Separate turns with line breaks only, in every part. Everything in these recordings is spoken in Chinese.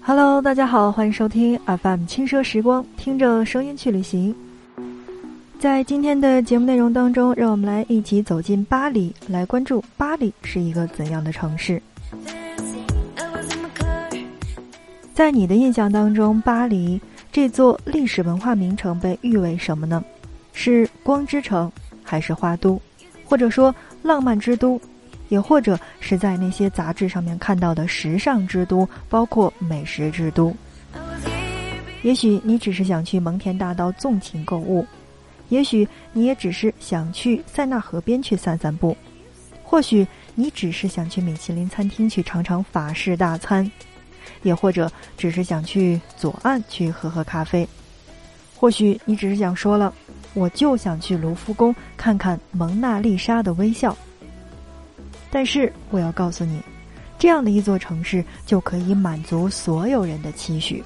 Hello， 大家好，欢迎收听 FM 轻奢时光，听着声音去旅行。在今天的节目内容当中，让我们来一起走进巴黎，来关注巴黎是一个怎样的城市。在你的印象当中，巴黎这座历史文化名城被誉为什么呢？是光之城，还是花都，或者说浪漫之都，也或者是在那些杂志上面看到的时尚之都，包括美食之都。也许你只是想去蒙田大道纵情购物，也许你也只是想去塞纳河边去散散步，或许你只是想去米其林餐厅去尝尝法式大餐，也或者只是想去左岸去喝喝咖啡，或许你只是想说了，我就想去卢浮宫看看蒙娜丽莎的微笑。但是我要告诉你，这样的一座城市就可以满足所有人的期许。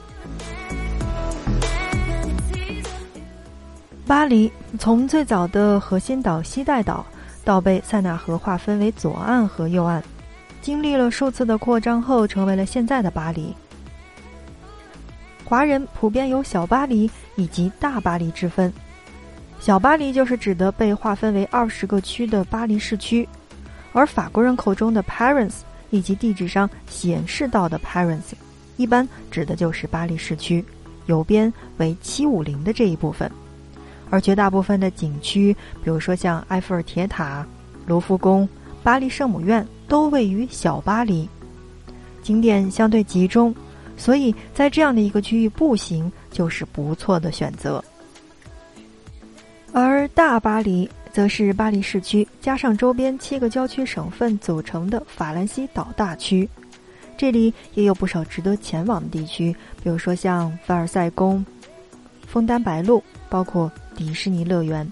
巴黎从最早的核心岛西带岛到被塞纳河划分为左岸和右岸，经历了数次的扩张后成为了现在的巴黎。华人普遍有小巴黎以及大巴黎之分，小巴黎就是指的被划分为20个区的巴黎市区，而法国人口中的 Paris 以及地址上显示到的 Paris 一般指的就是巴黎市区，邮编为750的这一部分。而绝大部分的景区，比如说像埃菲尔铁塔、卢浮宫、巴黎圣母院都位于小巴黎，景点相对集中，所以在这样的一个区域步行就是不错的选择。而大巴黎则是巴黎市区加上周边7个郊区省份组成的法兰西岛大区，这里也有不少值得前往的地区，比如说像凡尔赛宫、枫丹白露，包括迪士尼乐园。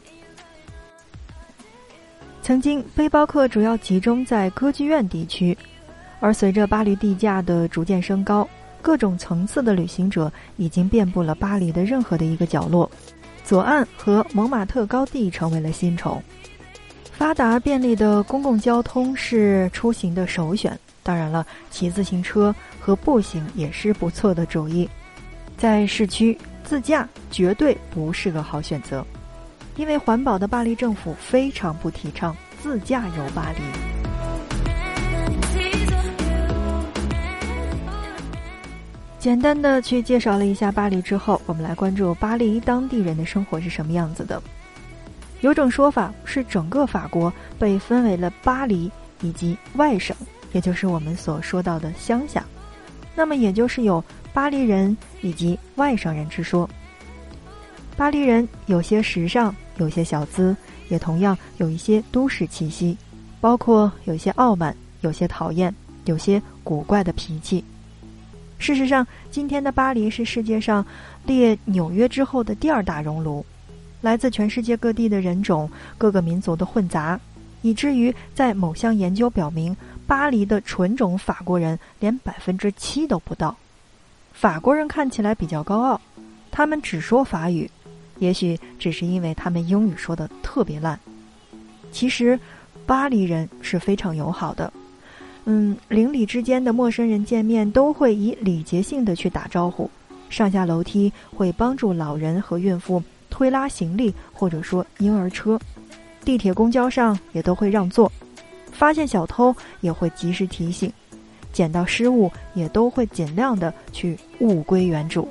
曾经背包客主要集中在歌剧院地区，而随着巴黎地价的逐渐升高，各种层次的旅行者已经遍布了巴黎的任何的一个角落，左岸和蒙马特高地成为了新宠。发达便利的公共交通是出行的首选，当然了，骑自行车和步行也是不错的主意。在市区自驾绝对不是个好选择，因为环保的巴黎政府非常不提倡自驾游巴黎。简单的去介绍了一下巴黎之后，我们来关注巴黎当地人的生活是什么样子的。有种说法是整个法国被分为了巴黎以及外省，也就是我们所说到的乡下，那么也就是有巴黎人以及外省人之说。巴黎人有些时尚，有些小资，也同样有一些都市气息，包括有些傲慢，有些讨厌，有些古怪的脾气。事实上，今天的巴黎是世界上列纽约之后的第2大熔炉，来自全世界各地的人种，各个民族的混杂，以至于在某项研究表明，巴黎的纯种法国人连7%都不到。法国人看起来比较高傲，他们只说法语，也许只是因为他们英语说得特别烂。其实巴黎人是非常友好的，邻里之间的陌生人见面都会以礼节性的去打招呼，上下楼梯会帮助老人和孕妇推拉行李或者说婴儿车，地铁公交上也都会让座，发现小偷也会及时提醒，捡到失物也都会尽量的去物归原主。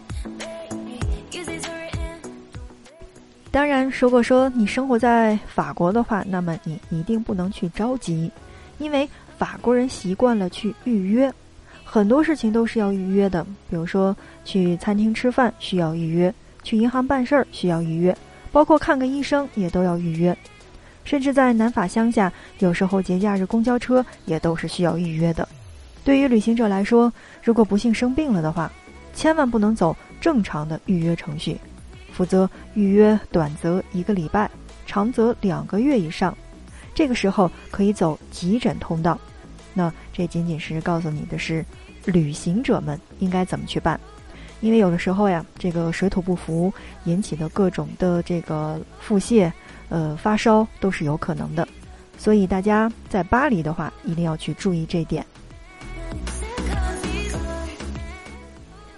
当然，如果说你生活在法国的话，那么你一定不能去着急，因为法国人习惯了去预约，很多事情都是要预约的，比如说去餐厅吃饭需要预约，去银行办事儿需要预约，包括看个医生也都要预约。甚至在南法乡下，有时候节假日公交车也都是需要预约的。对于旅行者来说，如果不幸生病了的话，千万不能走正常的预约程序，否则预约短则1个礼拜，长则2个月以上。这个时候可以走急诊通道。那这仅仅是告诉你的是旅行者们应该怎么去办，因为有的时候呀，这个水土不服引起的各种的这个腹泻、发烧都是有可能的，所以大家在巴黎的话，一定要去注意这一点。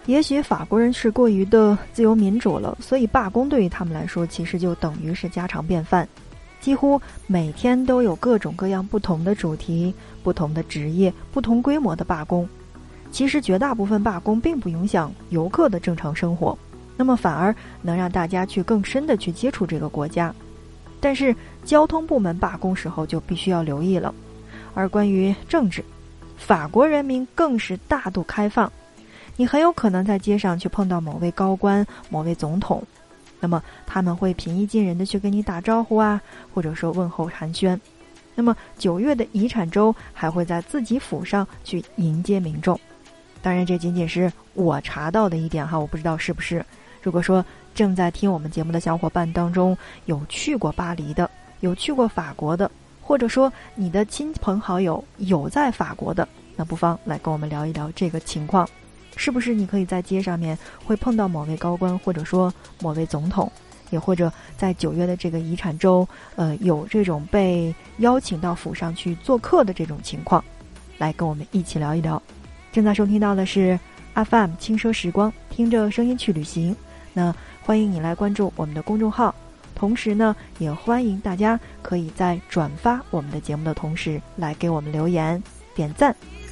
也许法国人是过于的自由民主了，所以罢工对于他们来说其实就等于是家常便饭，几乎每天都有各种各样不同的主题、不同的职业、不同规模的罢工。其实绝大部分罢工并不影响游客的正常生活，那么反而能让大家去更深的去接触这个国家。但是交通部门罢工时候就必须要留意了。而关于政治，法国人民更是大度开放，你很有可能在街上去碰到某位高官、某位总统，那么他们会平易近人的去跟你打招呼啊，或者说问候寒暄。那么9月的遗产周还会在自己府上去迎接民众。当然这仅仅是我查到的一点哈，我不知道是不是。如果说正在听我们节目的小伙伴当中有去过巴黎的，有去过法国的，或者说你的亲朋好友有在法国的，那不妨来跟我们聊一聊这个情况。是不是你可以在街上面会碰到某位高官，或者说某位总统，也或者在9月的这个遗产周有这种被邀请到府上去做客的这种情况，来跟我们一起聊一聊。正在收听到的是 FM 轻奢时光，听着声音去旅行。那欢迎你来关注我们的公众号，同时呢也欢迎大家可以在转发我们的节目的同时来给我们留言点赞。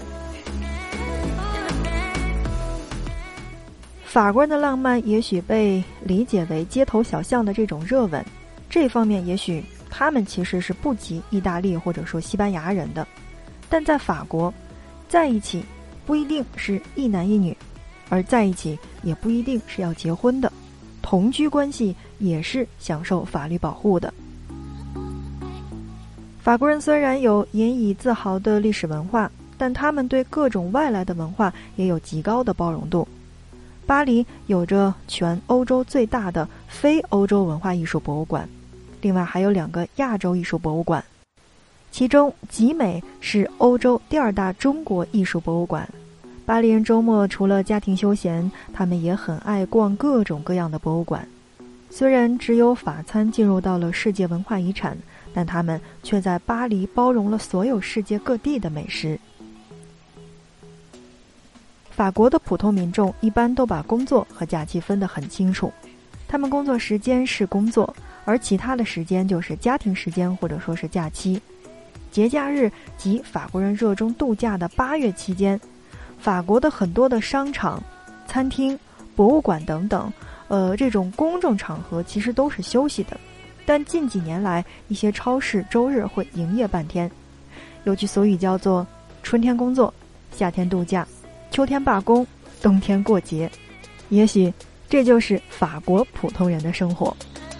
法国人的浪漫也许被理解为街头小巷的这种热吻，这方面也许他们其实是不及意大利或者说西班牙人的。但在法国，在一起不一定是一男一女，而在一起也不一定是要结婚的，同居关系也是享受法律保护的。法国人虽然有引以自豪的历史文化，但他们对各种外来的文化也有极高的包容度。巴黎有着全欧洲最大的非欧洲文化艺术博物馆，另外还有2个亚洲艺术博物馆，其中集美是欧洲第2大中国艺术博物馆。巴黎人周末除了家庭休闲，他们也很爱逛各种各样的博物馆。虽然只有法餐进入到了世界文化遗产，但他们却在巴黎包容了所有世界各地的美食。法国的普通民众一般都把工作和假期分得很清楚，他们工作时间是工作，而其他的时间就是家庭时间或者说是假期。节假日及法国人热衷度假的8月期间，法国的很多的商场、餐厅、博物馆等等，这种公众场合其实都是休息的。但近几年来，一些超市周日会营业半天。有句俗语叫做春天工作，夏天度假，秋天罢工，冬天过节。也许这就是法国普通人的生活。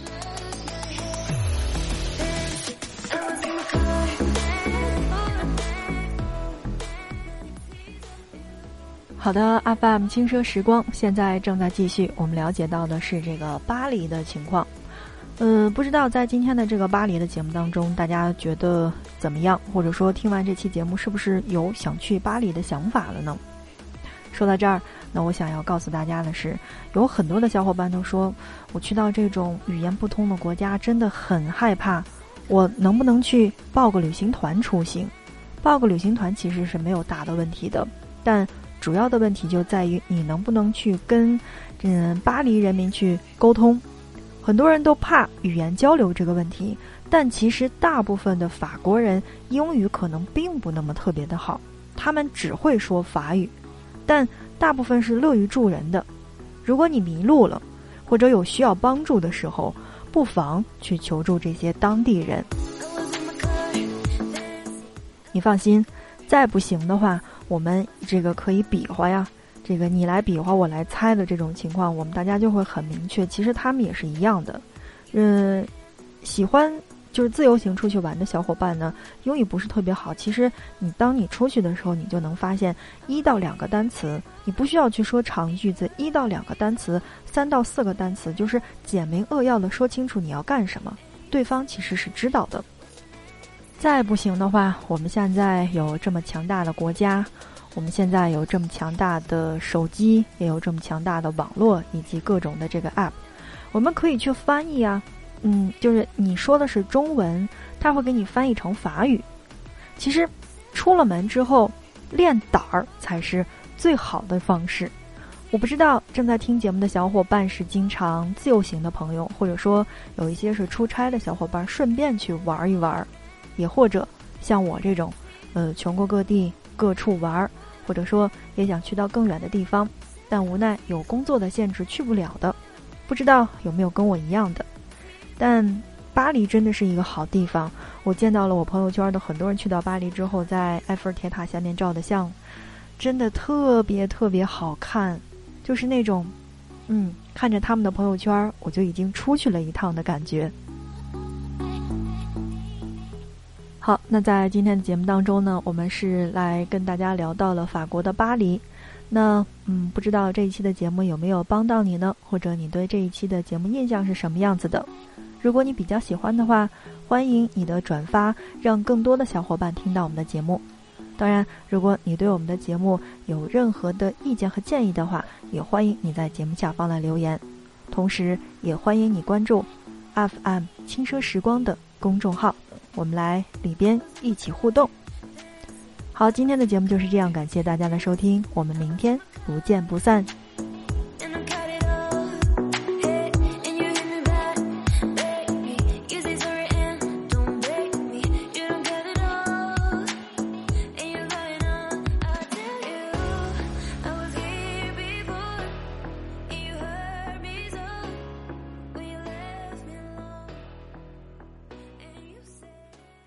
好的 FM 轻奢时光现在正在继续，我们了解到的是这个巴黎的情况。不知道在今天的这个巴黎的节目当中，大家觉得怎么样？或者说听完这期节目是不是有想去巴黎的想法了呢？说到这儿，那我想要告诉大家的是，有很多的小伙伴都说，我去到这种语言不通的国家真的很害怕，我能不能去报个旅行团出行？报个旅行团其实是没有大的问题的，但主要的问题就在于你能不能去跟巴黎人民去沟通。很多人都怕语言交流这个问题，但其实大部分的法国人英语可能并不那么特别的好，他们只会说法语，但大部分是乐于助人的。如果你迷路了，或者有需要帮助的时候，不妨去求助这些当地人。你放心，再不行的话，我们这个可以比划呀，这个你来比划我来猜的这种情况，我们大家就会很明确，其实他们也是一样的。喜欢就是自由行出去玩的小伙伴呢，英语不是特别好，其实当你出去的时候，你就能发现1到2个单词，你不需要去说长句子，1到2个单词，3到4个单词，就是简明扼要的说清楚你要干什么，对方其实是知道的。再不行的话，我们现在有这么强大的国家，我们现在有这么强大的手机，也有这么强大的网络以及各种的这个 app， 我们可以去翻译啊。就是你说的是中文，他会给你翻译成法语。其实出了门之后练胆儿才是最好的方式。 我不知道正在听节目的小伙伴是经常自由行的朋友，或者说有一些是出差的小伙伴顺便去玩一玩，也或者像我这种全国各地各处玩，或者说也想去到更远的地方，但无奈有工作的限制去不了的，不知道有没有跟我一样的。但巴黎真的是一个好地方，我见到了我朋友圈的很多人去到巴黎之后在埃菲尔铁塔下面照的相，真的特别特别好看，就是那种看着他们的朋友圈我就已经出去了一趟的感觉。好，那在今天的节目当中呢，我们是来跟大家聊到了法国的巴黎。那不知道这一期的节目有没有帮到你呢？或者你对这一期的节目印象是什么样子的？如果你比较喜欢的话，欢迎你的转发，让更多的小伙伴听到我们的节目。当然，如果你对我们的节目有任何的意见和建议的话，也欢迎你在节目下方来留言。同时也欢迎你关注 FM 轻奢时光的公众号，我们来里边一起互动。好，今天的节目就是这样，感谢大家的收听，我们明天不见不散。